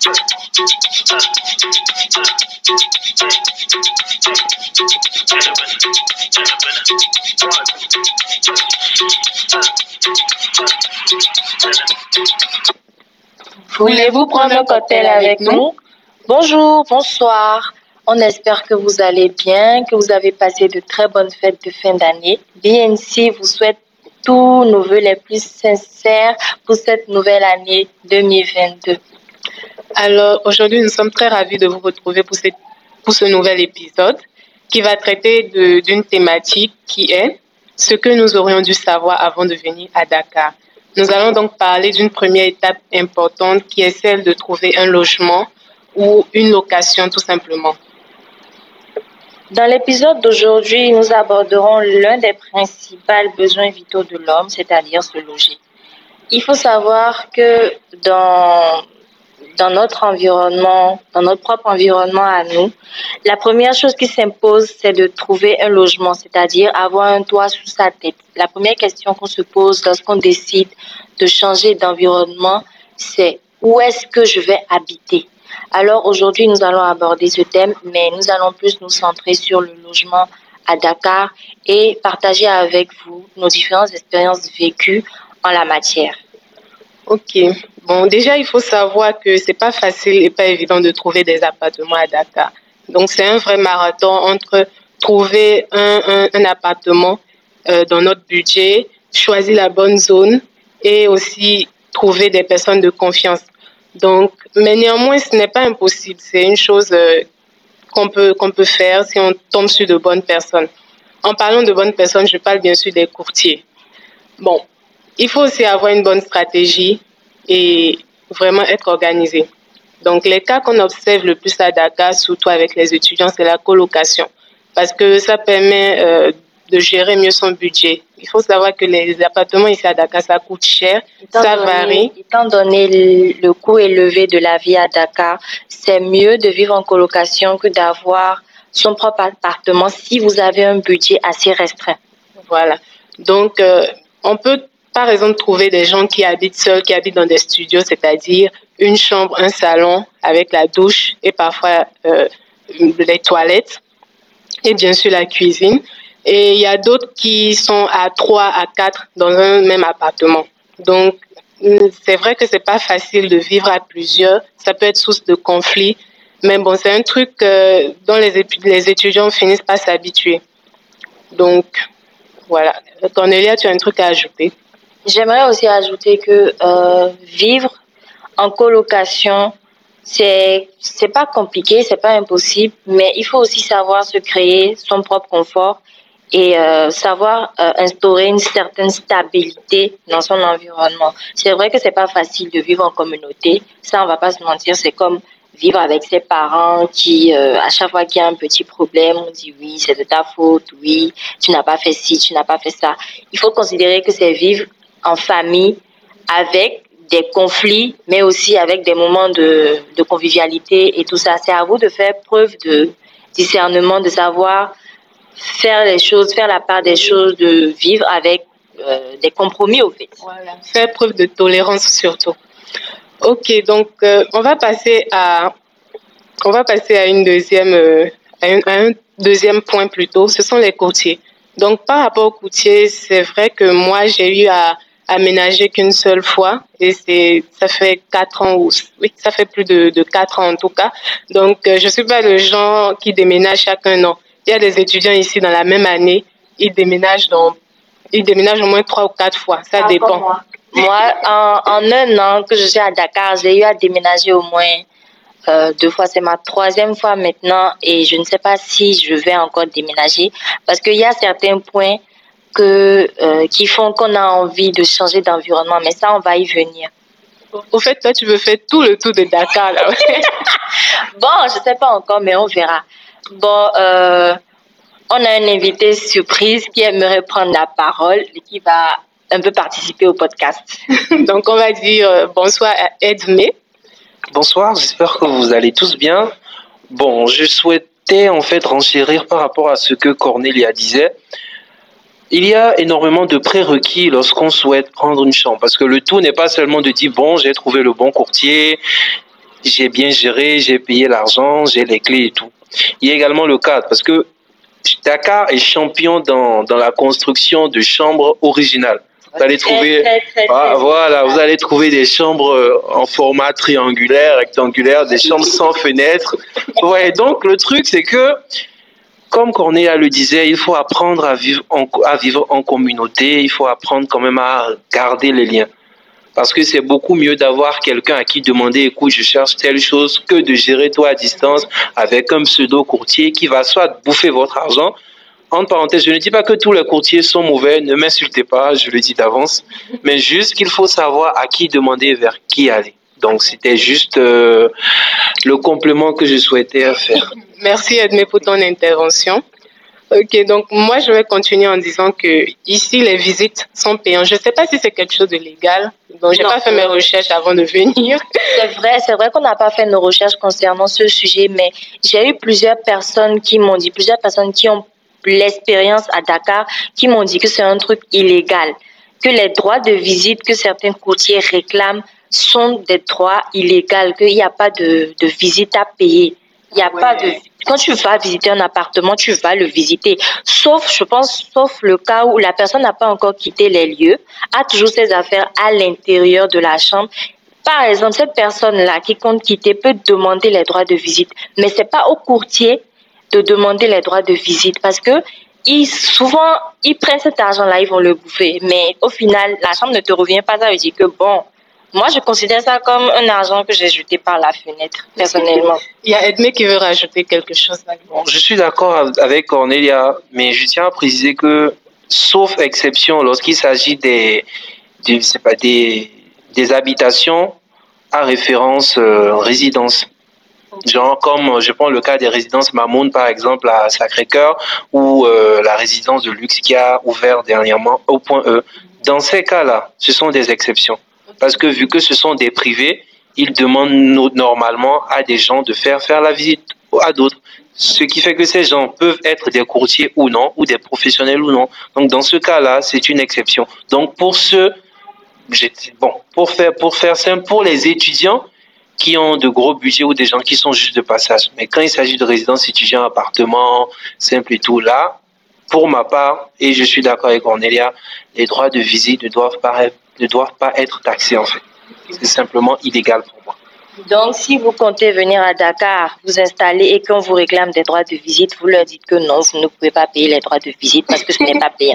Voulez-vous prendre un cocktail avec nous? Bonjour, bonsoir. On espère que vous allez bien, que vous avez passé de très bonnes fêtes de fin d'année. BNC vous souhaite tous nos vœux les plus sincères pour cette nouvelle année 2022. Alors, aujourd'hui, nous sommes très ravis de vous retrouver pour ce nouvel épisode qui va traiter d'une thématique qui est ce que nous aurions dû savoir avant de venir à Dakar. Nous allons donc parler d'une première étape importante qui est celle de trouver un logement ou une location tout simplement. Dans l'épisode d'aujourd'hui, nous aborderons l'un des principaux besoins vitaux de l'homme, c'est-à-dire se loger. Il faut savoir que dans notre environnement, dans notre propre environnement à nous, la première chose qui s'impose, c'est de trouver un logement, c'est-à-dire avoir un toit sous sa tête. La première question qu'on se pose lorsqu'on décide de changer d'environnement, c'est où est-ce que je vais habiter? Alors aujourd'hui, nous allons aborder ce thème, mais nous allons plus nous centrer sur le logement à Dakar et partager avec vous nos différentes expériences vécues en la matière. Ok. Bon, déjà, il faut savoir que c'est pas facile et pas évident de trouver des appartements à Dakar. Donc, c'est un vrai marathon entre trouver un appartement dans notre budget, choisir la bonne zone et aussi trouver des personnes de confiance. Donc, mais néanmoins, ce n'est pas impossible. C'est une chose qu'on peut faire si on tombe sur de bonnes personnes. En parlant de bonnes personnes, je parle bien sûr des courtiers. Bon, il faut aussi avoir une bonne stratégie et vraiment être organisé. Donc, les cas qu'on observe le plus à Dakar, surtout avec les étudiants, c'est la colocation. Parce que ça permet de gérer mieux son budget. Il faut savoir que les appartements ici à Dakar, ça coûte cher, ça varie. Étant donné le coût élevé de la vie à Dakar, c'est mieux de vivre en colocation que d'avoir son propre appartement si vous avez un budget assez restreint. Voilà. Donc, on peut par exemple trouver des gens qui habitent seuls, qui habitent dans des studios, c'est-à-dire une chambre, un salon avec la douche et parfois les toilettes et bien sûr la cuisine. Et il y a d'autres qui sont à 3, à 4 dans un même appartement. Donc, c'est vrai que c'est pas facile de vivre à plusieurs. Ça peut être source de conflits. Mais bon, c'est un truc dont les étudiants finissent par s'habituer. Donc, voilà. Cornelia, tu as un truc à ajouter? J'aimerais aussi ajouter que vivre en colocation, c'est pas compliqué, c'est pas impossible, mais il faut aussi savoir se créer son propre confort et savoir instaurer une certaine stabilité dans son environnement. C'est vrai que c'est pas facile de vivre en communauté, ça on va pas se mentir, c'est comme vivre avec ses parents qui, à chaque fois qu'il y a un petit problème, on dit oui, c'est de ta faute, oui, tu n'as pas fait ci, tu n'as pas fait ça. Il faut considérer que c'est vivre en famille avec des conflits, mais aussi avec des moments de convivialité et tout ça. C'est à vous de faire preuve de discernement, de savoir faire les choses, faire la part des choses, de vivre avec des compromis au fait. Voilà, faire preuve de tolérance surtout. Ok, donc on va passer à une deuxième à un deuxième point plutôt. Ce sont les courtiers. Donc par rapport aux courtiers, c'est vrai que moi j'ai eu à aménager qu'une seule fois et ça fait 4 ans oui, ça fait plus de 4 ans en tout cas. Donc je suis pas le genre qui déménage chaque un an. Il y a des étudiants ici dans la même année, ils déménagent au moins 3 ou 4 fois. Ça dépend. Moi, en un an que je suis à Dakar, j'ai eu à déménager au moins 2 fois. C'est ma 3e fois maintenant et je ne sais pas si je vais encore déménager parce qu'il y a certains points qui font qu'on a envie de changer d'environnement, mais ça, on va y venir. Au fait, toi, tu veux faire tout le tour de Dakar, là. Bon, je ne sais pas encore, mais on verra. Bon, on a un invité surprise qui aimerait prendre la parole et qui va un peu participer au podcast. Donc, on va dire bonsoir à Edme. Bonsoir, j'espère que vous allez tous bien. Bon, je souhaitais en fait renchérir par rapport à ce que Cornelia disait. Il y a énormément de prérequis lorsqu'on souhaite prendre une chambre parce que le tout n'est pas seulement de dire bon, j'ai trouvé le bon courtier, j'ai bien géré, j'ai payé l'argent, j'ai les clés et tout. Il y a également le cadre, parce que Dakar est champion dans la construction de chambres originales. Vous allez trouver, voilà, vous allez trouver des chambres en format triangulaire, rectangulaire, des chambres sans fenêtres. Ouais, donc le truc c'est que, comme Cornelia le disait, il faut apprendre à vivre en communauté, il faut apprendre quand même à garder les liens. Parce que c'est beaucoup mieux d'avoir quelqu'un à qui demander, écoute, je cherche telle chose, que de gérer toi à distance avec un pseudo-courtier qui va soit bouffer votre argent. Entre parenthèses, je ne dis pas que tous les courtiers sont mauvais, ne m'insultez pas, je le dis d'avance, mais juste qu'il faut savoir à qui demander, vers qui aller. Donc c'était juste le complément que je souhaitais faire. Merci Edmé pour ton intervention. Ok, donc moi je vais continuer en disant que ici les visites sont payantes. Je ne sais pas si c'est quelque chose de légal. Donc j'ai pas fait mes recherches avant de venir. C'est vrai qu'on n'a pas fait nos recherches concernant ce sujet, mais j'ai eu plusieurs personnes qui ont l'expérience à Dakar, qui m'ont dit que c'est un truc illégal, que les droits de visite que certains courtiers réclament sont des droits illégaux, qu'il n'y a pas de visite à payer. Il y a pas de. Quand tu vas visiter un appartement, tu vas le visiter. Sauf le cas où la personne n'a pas encore quitté les lieux, a toujours ses affaires à l'intérieur de la chambre. Par exemple, cette personne-là qui compte quitter peut demander les droits de visite, mais c'est pas au courtier de demander les droits de visite parce que souvent, ils prennent cet argent-là, ils vont le bouffer. Mais au final, la chambre ne te revient pas. Ça veut dire que bon, moi, je considère ça comme un argent que j'ai jeté par la fenêtre, personnellement. Il y a Edmé qui veut rajouter quelque chose. Bon, je suis d'accord avec Cornelia, mais je tiens à préciser que, sauf exception, lorsqu'il s'agit des habitations à référence résidence, genre comme je prends le cas des résidences Mamoun par exemple à Sacré-Cœur ou la résidence de luxe qui a ouvert dernièrement au Point E. Dans ces cas-là, ce sont des exceptions. Parce que vu que ce sont des privés, ils demandent normalement à des gens de faire la visite à d'autres. Ce qui fait que ces gens peuvent être des courtiers ou non, ou des professionnels ou non. Donc dans ce cas-là, c'est une exception. Donc pour faire simple, pour les étudiants qui ont de gros budgets ou des gens qui sont juste de passage. Mais quand il s'agit de résidences étudiants, appartements, simples et tout, là, pour ma part, et je suis d'accord avec Cornelia, les droits de visite ne doivent pas être taxés en fait. C'est simplement illégal pour moi. Donc, si vous comptez venir à Dakar, vous installer et qu'on vous réclame des droits de visite, vous leur dites que non, vous ne pouvez pas payer les droits de visite parce que ce n'est pas payant.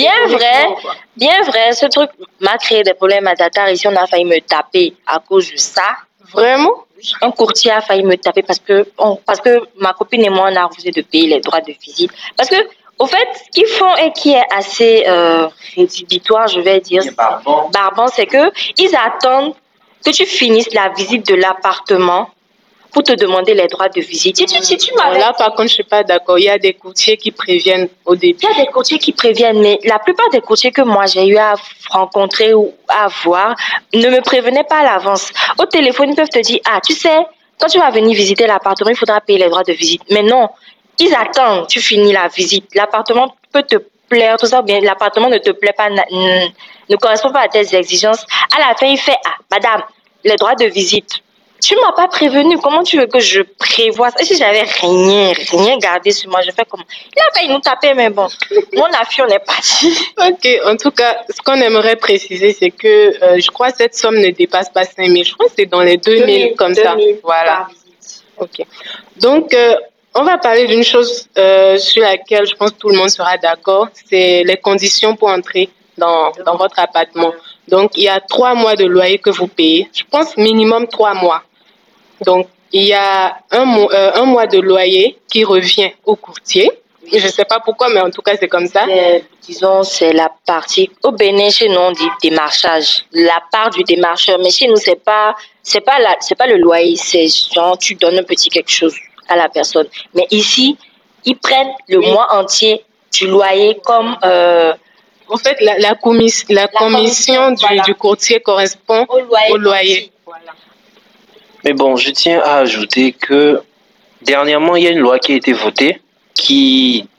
Bien vrai, ce truc m'a créé des problèmes à Dakar. Ici, on a failli me taper à cause de ça. Vraiment? Un courtier a failli me taper parce que ma copine et moi, on a refusé de payer les droits de visite. Parce que, au fait, ce qu'ils font et qui est assez rédhibitoire, je vais dire, barbant, c'est que ils attendent que tu finisses la visite de l'appartement pour te demander les droits de visite. Là, par contre, je ne suis pas d'accord. Il y a des courtiers qui préviennent au début. Il y a des courtiers qui préviennent, mais la plupart des courtiers que moi j'ai eu à rencontrer ou à voir ne me prévenaient pas à l'avance. Au téléphone, ils peuvent te dire, ah, tu sais, quand tu vas venir visiter l'appartement, il faudra payer les droits de visite. Mais non, ils attendent, tu finis la visite. L'appartement peut te plaire, tout ça, ou bien l'appartement ne te plaît pas, ne correspond pas à tes exigences. À la fin, il fait, ah, madame, les droits de visite. Tu m'as pas prévenu. Comment tu veux que je prévoie ça? Et si j'avais rien gardé sur moi, je fais comment? Il a failli nous taper, mais bon, mon affaire, on est parti. Ok, en tout cas, ce qu'on aimerait préciser, c'est que je crois que cette somme ne dépasse pas 5 000. Je crois que c'est dans les 2 000 comme 2000 ça. Voilà. Ok. Donc, on va parler d'une chose sur laquelle je pense que tout le monde sera d'accord. C'est les conditions pour entrer dans votre appartement. Donc, il y a 3 mois de loyer que vous payez. Je pense minimum 3 mois. Donc, il y a un mois de loyer qui revient au courtier. Je ne sais pas pourquoi, mais en tout cas, c'est comme ça. Disons, c'est la partie. Au Bénin, chez nous, on dit démarchage. La part du démarcheur. Mais chez nous, c'est pas le loyer. C'est genre, tu donnes un petit quelque chose à la personne. Mais ici, ils prennent le mois entier du loyer comme. En fait, la commission du courtier correspond au loyer. Voilà. Mais bon, je tiens à ajouter que dernièrement, il y a une loi qui a été votée qui,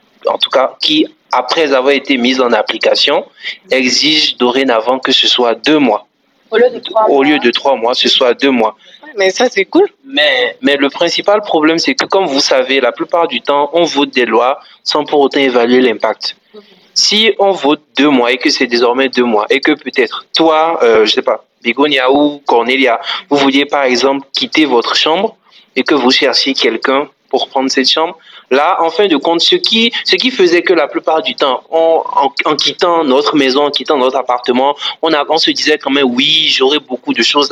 après avoir été mise en application, exige dorénavant que ce soit 2 mois. Au lieu de 3 mois, ce soit 2 mois. mais ça, c'est cool. Mais le principal problème, c'est que, comme vous savez, la plupart du temps, on vote des lois sans pour autant évaluer l'impact. Si on vote 2 mois et que c'est désormais 2 mois, et que peut-être toi, je sais pas, Bégonia ou Cornelia, vous vouliez par exemple quitter votre chambre et que vous cherchiez quelqu'un pour prendre cette chambre, là, en fin de compte, ce qui faisait que la plupart du temps, en quittant notre maison, en quittant notre appartement, on se disait quand même, oui, j'aurais beaucoup de choses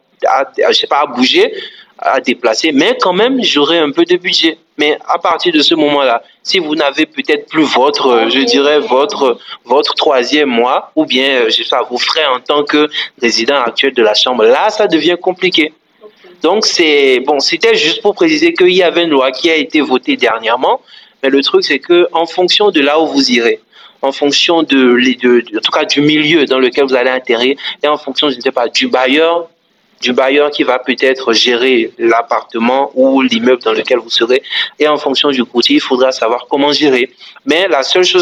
je sais pas, à bouger, à déplacer, mais quand même, j'aurais un peu de budget. Mais à partir de ce moment-là, si vous n'avez peut-être plus je dirais, votre 3e mois, ou bien, je sais pas, vos frais en tant que résident actuel de la chambre, là, ça devient compliqué. Donc, c'était juste pour préciser qu'il y avait une loi qui a été votée dernièrement, mais le truc, c'est que en fonction de là où vous irez, en fonction en tout cas, du milieu dans lequel vous allez atterrir, et en fonction, je ne sais pas, du bailleur qui va peut-être gérer l'appartement ou l'immeuble dans lequel vous serez, et en fonction du courtier, il faudra savoir comment gérer. Mais le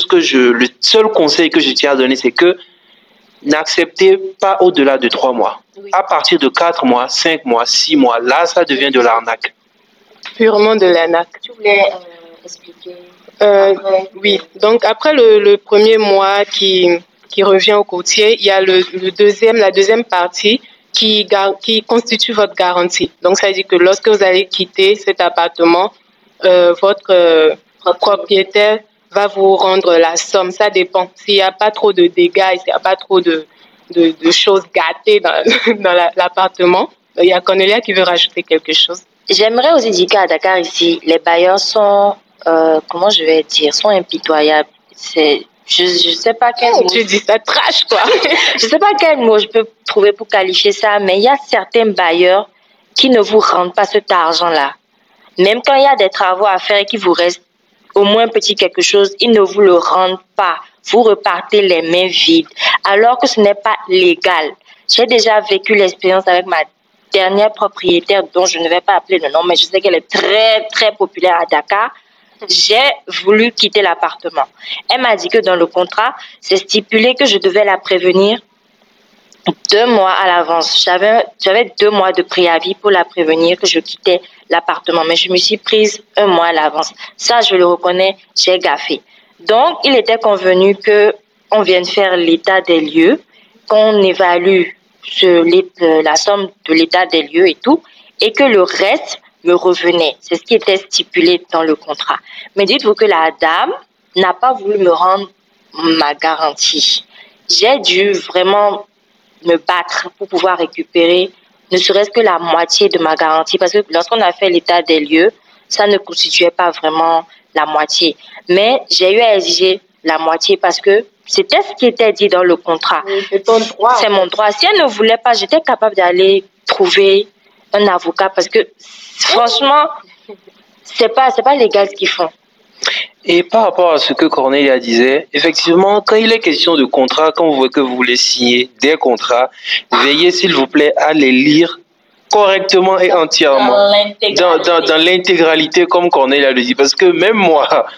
seul conseil que je tiens à donner, c'est que n'acceptez pas au-delà de 3 mois. Oui. À partir de 4 mois, 5 mois, 6 mois, là, ça devient de l'arnaque. Purement de l'arnaque. Tu voulais expliquer oui, donc après le premier mois qui revient au courtier, il y a la deuxième partie qui constitue votre garantie. Donc, ça veut dire que lorsque vous allez quitter cet appartement, votre propriétaire va vous rendre la somme. Ça dépend. S'il n'y a pas trop de dégâts et s'il n'y a pas trop de choses gâtées dans l'appartement, il y a Cornelia qui veut rajouter quelque chose. J'aimerais aussi dire qu'à Dakar, ici, les bailleurs sont, comment je vais dire, sont impitoyables. Je sais pas quel mot. Tu dis ça trash, quoi. Je sais pas quel mot je peux trouver pour qualifier ça, mais il y a certains bailleurs qui ne vous rendent pas cet argent-là. Même quand il y a des travaux à faire et qu'il vous reste au moins petit quelque chose, ils ne vous le rendent pas. Vous repartez les mains vides, alors que ce n'est pas légal. J'ai déjà vécu l'expérience avec ma dernière propriétaire, dont je ne vais pas appeler le nom, mais je sais qu'elle est très, très populaire à Dakar. J'ai voulu quitter l'appartement. Elle m'a dit que dans le contrat, c'est stipulé que je devais la prévenir 2 mois à l'avance. J'avais 2 mois de préavis pour la prévenir que je quittais l'appartement, mais je me suis prise 1 mois à l'avance. Ça, je le reconnais, j'ai gaffé. Donc, il était convenu qu'on vienne faire l'état des lieux, qu'on évalue la somme de l'état des lieux et tout, et que le reste me revenait. C'est ce qui était stipulé dans le contrat. Mais dites-vous que la dame n'a pas voulu me rendre ma garantie. J'ai dû vraiment me battre pour pouvoir récupérer ne serait-ce que la moitié de ma garantie, parce que lorsqu'on a fait l'état des lieux, ça ne constituait pas vraiment la moitié. Mais j'ai eu à exiger la moitié parce que c'était ce qui était dit dans le contrat. Oui, c'est ton droit. C'est mon droit. Si elle ne voulait pas, j'étais capable d'aller trouver un avocat parce que franchement, c'est pas légal ce qu'ils font. Et par rapport à ce que Cornelia disait, effectivement, quand il est question de contrat, quand vous voyez que vous voulez signer des contrats, veillez s'il vous plaît à les lire correctement et entièrement. Dans l'intégralité, comme Cornelia le dit. Parce que même moi,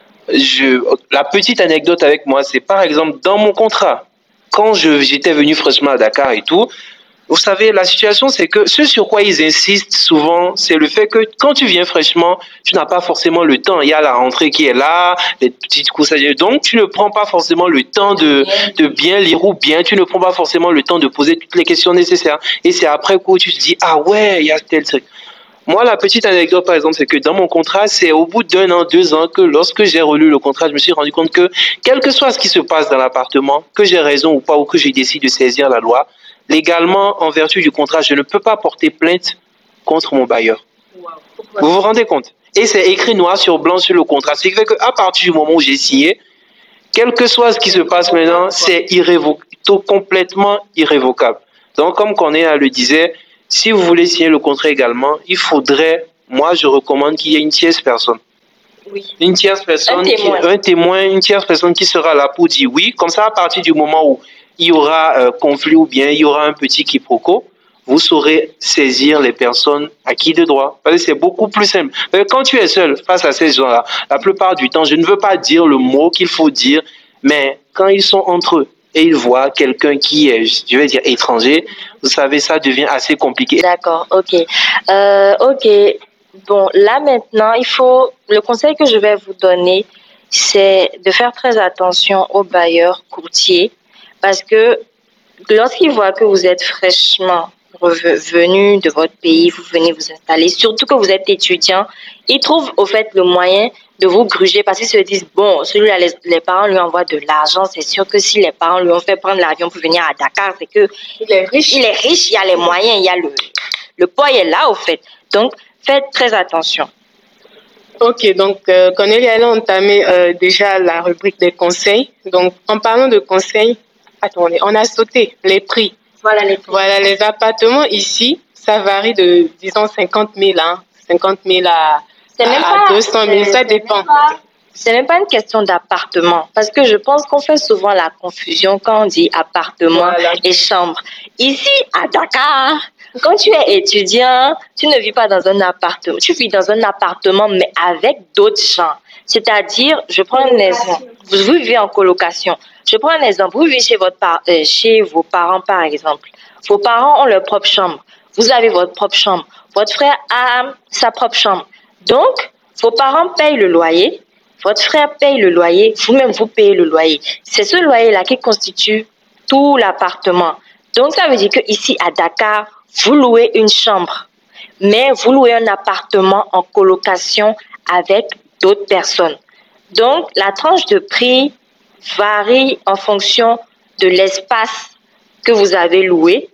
la petite anecdote avec moi, c'est par exemple dans mon contrat, quand j'étais venu fraîchement à Dakar et tout, vous savez, la situation, c'est que ce sur quoi ils insistent souvent, c'est le fait que quand tu viens fraîchement, tu n'as pas forcément le temps. Il y a la rentrée qui est là, les petites courses. Donc, tu ne prends pas forcément le temps de bien lire ou bien tu ne prends pas forcément le temps de poser toutes les questions nécessaires. Et c'est après que tu te dis, ah ouais, il y a tel truc. Moi, la petite anecdote, par exemple, c'est que dans mon contrat, c'est au bout d'1 an, 2 ans que lorsque j'ai relu le contrat, je me suis rendu compte que, quel que soit ce qui se passe dans l'appartement, que j'ai raison ou pas, ou que je décide de saisir la loi, légalement, en vertu du contrat, je ne peux pas porter plainte contre mon bailleur. Vous vous rendez compte? Et c'est écrit noir sur blanc sur le contrat. Ce qui fait qu'à partir du moment où j'ai signé, quel que soit ce qui se passe maintenant, c'est complètement irrévocable. Donc, comme Cornelia le disait, si vous voulez signer le contrat également, il faudrait, moi je recommande qu'il y ait une tierce personne. Oui. Une tierce personne, un témoin, une tierce personne qui sera là pour dire oui. Comme ça, à partir du moment où il y aura conflit ou bien il y aura un petit quiproquo, vous saurez saisir les personnes acquis de droit. Parce que c'est beaucoup plus simple. Parce que quand tu es seul face à ces gens-là, la plupart du temps, je ne veux pas dire le mot qu'il faut dire, mais quand ils sont entre eux, et il voit quelqu'un qui est, je vais dire, étranger, vous savez, ça devient assez compliqué. D'accord, ok. Ok. Bon, là maintenant, le conseil que je vais vous donner, c'est de faire très attention aux bailleurs courtiers parce que lorsqu'ils voient que vous êtes fraîchement revenu de votre pays, vous venez vous installer, surtout que vous êtes étudiant, ils trouvent au fait le moyen de vous gruger parce qu'ils se disent, bon, celui-là, les parents lui envoient de l'argent, c'est sûr que si les parents lui ont fait prendre l'avion pour venir à Dakar, c'est que Il est riche. il est riche, il y a les moyens, il y a le poids est là au fait. Donc, faites très attention. Ok, donc Cornelia, elle a entamé déjà la rubrique des conseils. Donc, en parlant de conseils, attendez, on a sauté les prix. Voilà, les appartements ici, ça varie de, disons, 50 000, hein, 50 000 à 200 000, ça dépend. C'est même pas une question d'appartement, parce que je pense qu'on fait souvent la confusion quand on dit appartement et chambre. Ici, à Dakar, quand tu es étudiant, tu ne vis pas dans un appartement. Tu vis dans un appartement, mais avec d'autres gens. C'est-à-dire, je prends un exemple. Vous vivez en colocation. Je prends un exemple. Vous vivez chez vos parents, par exemple. Vos parents ont leur propre chambre. Vous avez votre propre chambre. Votre frère a sa propre chambre. Donc, vos parents payent le loyer. Votre frère paye le loyer, vous-même vous payez le loyer. C'est ce loyer-là qui constitue tout l'appartement. Donc ça veut dire qu'ici à Dakar, vous louez une chambre, mais vous louez un appartement en colocation avec d'autres personnes. Donc la tranche de prix varie en fonction de l'espace que vous avez loué,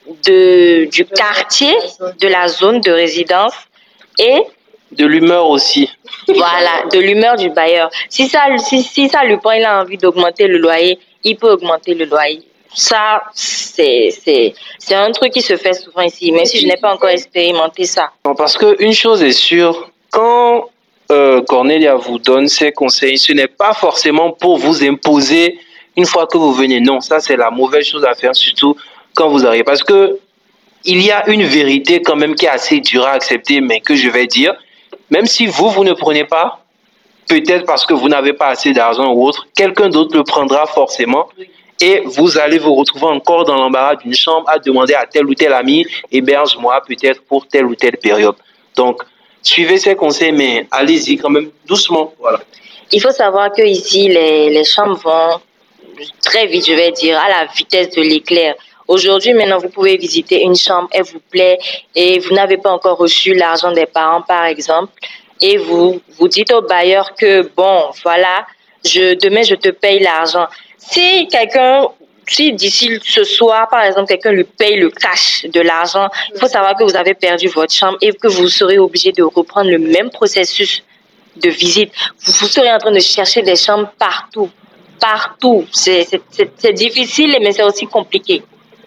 du quartier, de la zone de résidence et de l'humeur aussi. Voilà, de l'humeur du bailleur. Si ça lui prend, il a envie d'augmenter le loyer, il peut augmenter le loyer. Ça, c'est un truc qui se fait souvent ici, même si je n'ai pas encore expérimenté ça. Non, parce qu'une chose est sûre, quand Cornelia vous donne ses conseils, ce n'est pas forcément pour vous imposer une fois que vous venez. Non, ça c'est la mauvaise chose à faire, surtout quand vous arrivez. Parce que il y a une vérité quand même qui est assez dure à accepter, mais que je vais dire. Même si vous ne prenez pas, peut-être parce que vous n'avez pas assez d'argent ou autre, quelqu'un d'autre le prendra forcément. Et vous allez vous retrouver encore dans l'embarras d'une chambre à demander à tel ou tel ami, héberge-moi peut-être pour telle ou telle période. Donc, suivez ces conseils, mais allez-y quand même doucement. Voilà. Il faut savoir que ici, les chambres vont très vite, je vais dire, à la vitesse de l'éclair. Aujourd'hui, maintenant, vous pouvez visiter une chambre, elle vous plaît, et vous n'avez pas encore reçu l'argent des parents, par exemple, et vous dites au bailleur que, bon, voilà, demain, je te paye l'argent. Si d'ici ce soir, par exemple, quelqu'un lui paye le cash de l'argent, il faut savoir que vous avez perdu votre chambre et que vous serez obligé de reprendre le même processus de visite. Vous serez en train de chercher des chambres partout. Partout. C'est difficile, mais c'est aussi compliqué.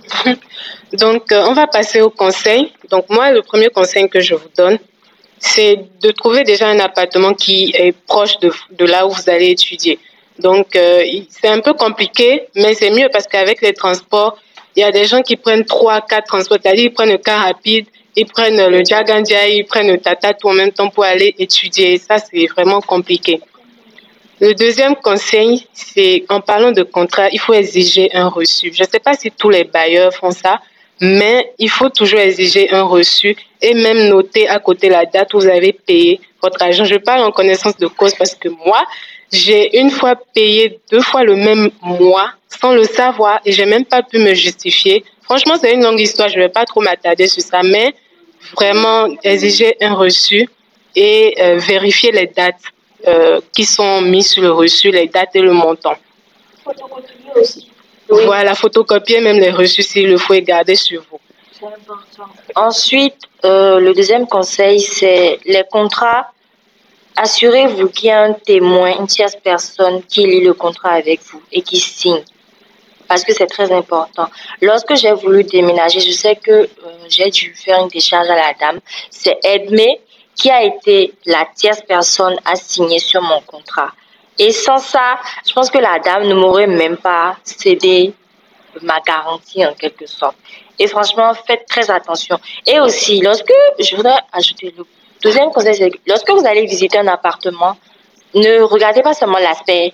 Donc, on va passer au conseil. Donc, moi, le premier conseil que je vous donne, c'est de trouver déjà un appartement qui est proche de là où vous allez étudier. Donc, c'est un peu compliqué, mais c'est mieux parce qu'avec les transports, il y a des gens qui prennent 3, 4 transports. C'est-à-dire, ils prennent le car rapide, ils prennent le Jagandia, ils prennent le Tata tout en même temps pour aller étudier. Ça, c'est vraiment compliqué. Le deuxième conseil, c'est en parlant de contrat, il faut exiger un reçu. Je ne sais pas si tous les bailleurs font ça, mais il faut toujours exiger un reçu et même noter à côté la date où vous avez payé votre argent. Je parle en connaissance de cause parce que moi, j'ai une fois payé 2 fois le même mois sans le savoir et j'ai même pas pu me justifier. Franchement, c'est une longue histoire, je ne vais pas trop m'attarder sur ça, mais vraiment exiger un reçu et vérifier les dates qui sont mises sur le reçu, les dates et le montant. Photocopier aussi. Voilà, photocopier même les reçus s'il le faut et garder sur vous. C'est important. Ensuite, le deuxième conseil, c'est les contrats. Assurez-vous qu'il y a un témoin, une tierce personne qui lit le contrat avec vous et qui signe. Parce que c'est très important. Lorsque j'ai voulu déménager, je sais que j'ai dû faire une décharge à la dame. C'est Edmé qui a été la tierce personne à signer sur mon contrat. Et sans ça, je pense que la dame ne m'aurait même pas cédé ma garantie en quelque sorte. Et franchement, faites très attention. Et aussi, je voudrais ajouter le deuxième conseil, c'est que lorsque vous allez visiter un appartement, ne regardez pas seulement l'aspect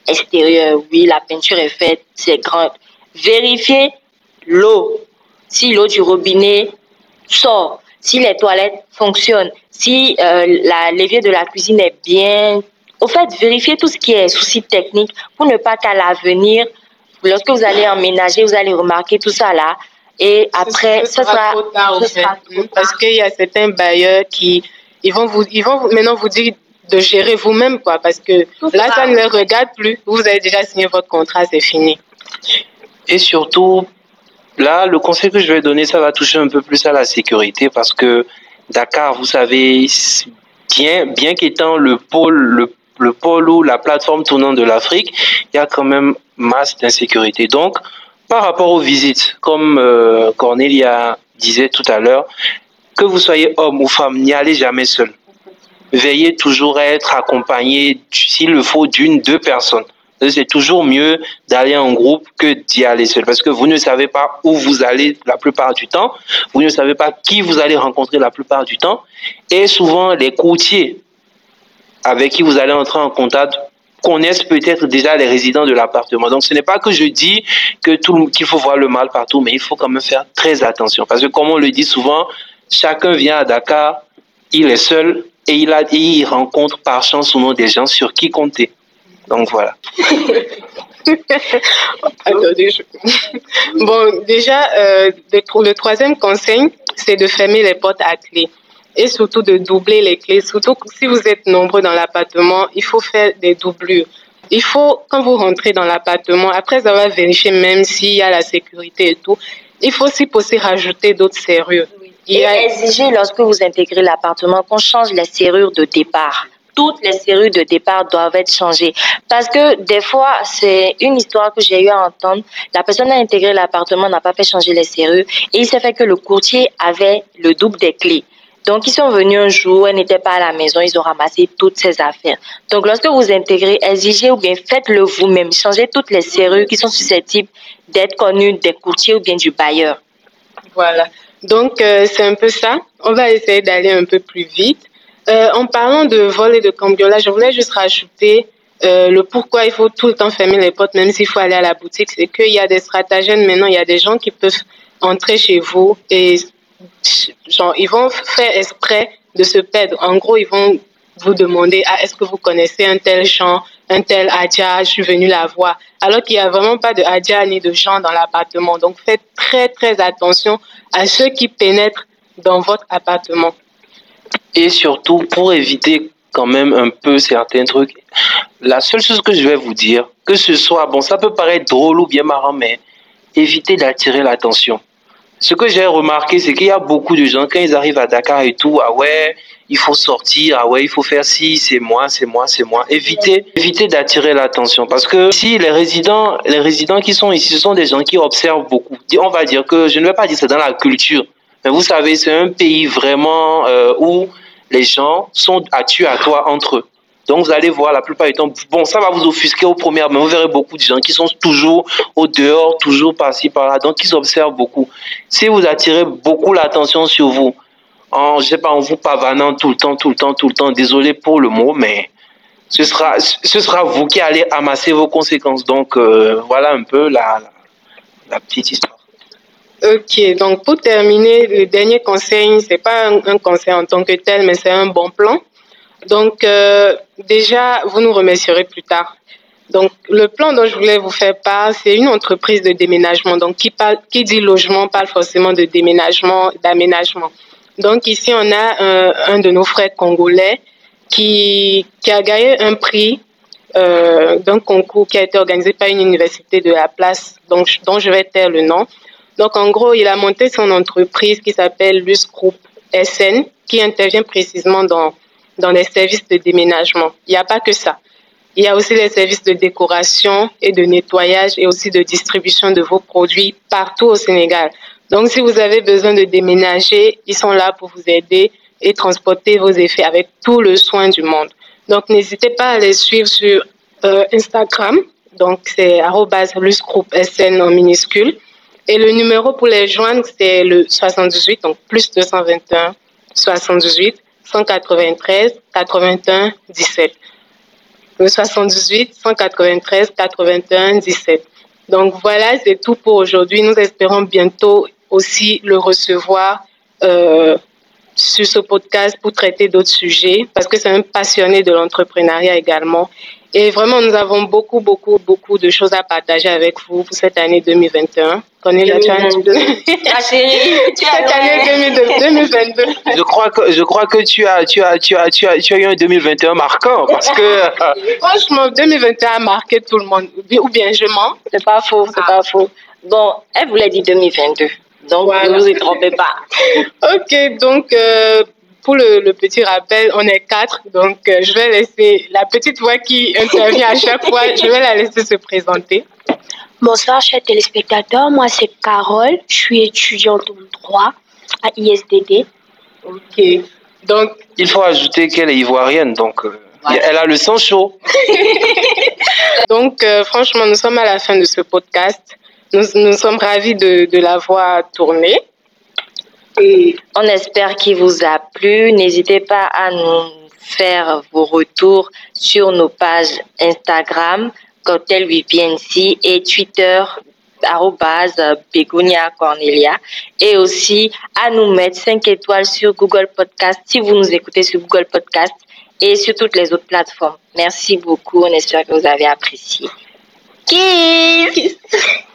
extérieur, oui, la peinture est faite, c'est grand. Vérifiez l'eau. Si l'eau du robinet sort, si les toilettes fonctionnent, si l'évier de la cuisine est bien. Au fait, vérifiez tout ce qui est souci technique pour ne pas qu'à l'avenir, lorsque vous allez emménager, vous allez remarquer tout ça là. Et après, ce sera trop tard, parce qu'il y a certains bailleurs qui maintenant vous dire de gérer vous-même, quoi, parce que là, ça ne les regarde plus. Vous avez déjà signé votre contrat, c'est fini. Et surtout, là, le conseil que je vais donner, ça va toucher un peu plus à la sécurité parce que Dakar, vous savez, bien qu'étant le pôle ou la plateforme tournante de l'Afrique, il y a quand même masse d'insécurité. Donc, par rapport aux visites, comme Cornelia disait tout à l'heure, que vous soyez homme ou femme, n'y allez jamais seul. Veillez toujours à être accompagné, s'il le faut, deux personnes. C'est toujours mieux d'aller en groupe que d'y aller seul parce que vous ne savez pas où vous allez la plupart du temps. Vous ne savez pas qui vous allez rencontrer la plupart du temps. Et souvent, les courtiers avec qui vous allez entrer en contact connaissent peut-être déjà les résidents de l'appartement. Donc, ce n'est pas que je dis qu'il faut voir le mal partout, mais il faut quand même faire très attention. Parce que comme on le dit souvent, chacun vient à Dakar, il est seul et il rencontre par chance souvent des gens sur qui compter. Donc, voilà. Attendez, Bon, déjà, le troisième conseil, c'est de fermer les portes à clé et surtout de doubler les clés. Surtout si vous êtes nombreux dans l'appartement, il faut faire des doublures. Il faut, quand vous rentrez dans l'appartement, après avoir vérifié même s'il y a la sécurité et tout, il faut si possible rajouter d'autres serrures. Et exiger lorsque vous intégrez l'appartement qu'on change les serrures de départ. Toutes les serrures de départ doivent être changées. Parce que des fois, c'est une histoire que j'ai eu à entendre. La personne a intégré l'appartement, n'a pas fait changer les serrures. Et il s'est fait que le courtier avait le double des clés. Donc, ils sont venus un jour, elle n'était pas à la maison, ils ont ramassé toutes ses affaires. Donc, lorsque vous intégrez, exigez ou bien faites-le vous-même. Changez toutes les serrures qui sont susceptibles d'être connues des courtiers ou bien du bailleur. Voilà. Donc, c'est un peu ça. On va essayer d'aller un peu plus vite. En parlant de vol et de cambriolage, je voulais juste rajouter le pourquoi il faut tout le temps fermer les portes, même s'il faut aller à la boutique. C'est qu'il y a des stratagèmes maintenant, il y a des gens qui peuvent entrer chez vous et genre, ils vont faire exprès de se perdre. En gros, ils vont vous demander est-ce que vous connaissez un tel Jean, un tel Adja, je suis venu la voir. Alors qu'il n'y a vraiment pas de Adja ni de Jean dans l'appartement. Donc faites très très attention à ceux qui pénètrent dans votre appartement. Et surtout, pour éviter quand même un peu certains trucs, la seule chose que je vais vous dire, que ce soit, bon, ça peut paraître drôle ou bien marrant, mais évitez d'attirer l'attention. Ce que j'ai remarqué, c'est qu'il y a beaucoup de gens, quand ils arrivent à Dakar et tout, ah ouais, il faut sortir, ah ouais, il faut faire ci, c'est moi, c'est moi, c'est moi. Évitez d'attirer l'attention parce que si les résidents qui sont ici, ce sont des gens qui observent beaucoup. On va dire que, je ne vais pas dire c'est dans la culture, mais vous savez, c'est un pays vraiment où les gens sont à tuer à toi entre eux. Donc, vous allez voir la plupart du temps, bon, ça va vous offusquer au premier, mais vous verrez beaucoup de gens qui sont toujours au dehors, toujours par-ci, par-là, donc ils observent beaucoup. Si vous attirez beaucoup l'attention sur vous, je sais pas, en vous pavanant tout le temps, désolé pour le mot, mais ce sera vous qui allez amasser vos conséquences. Donc, voilà un peu la petite histoire. Ok, donc pour terminer, le dernier conseil, c'est pas un conseil en tant que tel, mais c'est un bon plan. Donc, déjà, vous nous remercierez plus tard. Donc, le plan dont je voulais vous faire part, c'est une entreprise de déménagement. Donc, qui dit logement parle forcément de déménagement, d'aménagement. Donc, ici, on a un de nos frères congolais qui a gagné un prix d'un concours qui a été organisé par une université de la place, dont je vais taire le nom. Donc, en gros, il a monté son entreprise qui s'appelle Lus Group SN, qui intervient précisément dans les services de déménagement. Il n'y a pas que ça. Il y a aussi les services de décoration et de nettoyage et aussi de distribution de vos produits partout au Sénégal. Donc, si vous avez besoin de déménager, ils sont là pour vous aider et transporter vos effets avec tout le soin du monde. Donc, n'hésitez pas à les suivre sur Instagram. Donc, c'est @lusgroupsn en minuscule. Et le numéro pour les joindre, c'est le 78, donc plus 221 78 193 81 17. le 78 193 81 17. Donc voilà, c'est tout pour aujourd'hui. Nous espérons bientôt aussi le recevoir sur ce podcast pour traiter d'autres sujets, parce que c'est un passionné de l'entrepreneuriat également. Et vraiment, nous avons beaucoup de choses à partager avec vous pour cette année 2021. Cornelia, tu as un petit peu... Cette année 2022. Je crois que tu as eu un 2021 marquant parce que Franchement, 2021 a marqué tout le monde. Ou bien je mens. C'est pas faux, c'est pas faux. Bon, elle voulait dire 2022. Donc, Voilà. ne vous y trompez pas. Ok, donc pour le petit rappel, on est 4. Donc, je vais laisser la petite voix qui intervient à chaque fois, je vais la laisser se présenter. Bonsoir, chers téléspectateurs. Moi, c'est Carole. Je suis étudiante en droit à ISDD. Ok. Donc, il faut ajouter qu'elle est ivoirienne, donc elle a le sang chaud. Donc, franchement, nous sommes à la fin de ce podcast. Nous sommes ravis de l'avoir tourné. Et on espère qu'il vous a plu. N'hésitez pas à nous faire vos retours sur nos pages Instagram, Cocktail with PNC, et Twitter, @Begonia Cornelia, et aussi à nous mettre 5 étoiles sur Google Podcast si vous nous écoutez sur Google Podcast et sur toutes les autres plateformes. Merci beaucoup. On espère que vous avez apprécié. Kiss!